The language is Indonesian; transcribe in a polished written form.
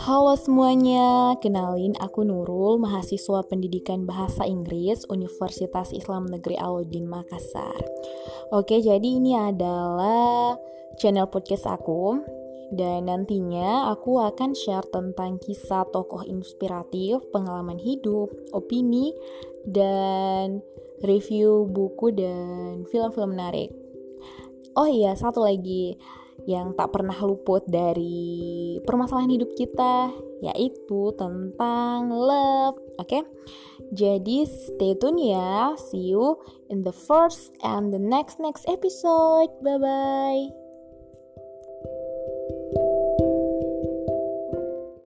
Halo semuanya, kenalin aku Nurul, mahasiswa pendidikan bahasa Inggris Universitas Islam Negeri Alauddin Makassar. Oke, jadi ini adalah channel podcast aku. Dan nantinya aku akan share tentang kisah tokoh inspiratif, pengalaman hidup, opini, dan review buku dan film-film menarik. Oh iya, satu lagi yang tak pernah luput dari permasalahan hidup kita, yaitu tentang love. Oke? Jadi stay tune ya. See you in the first and the next episode. Bye bye.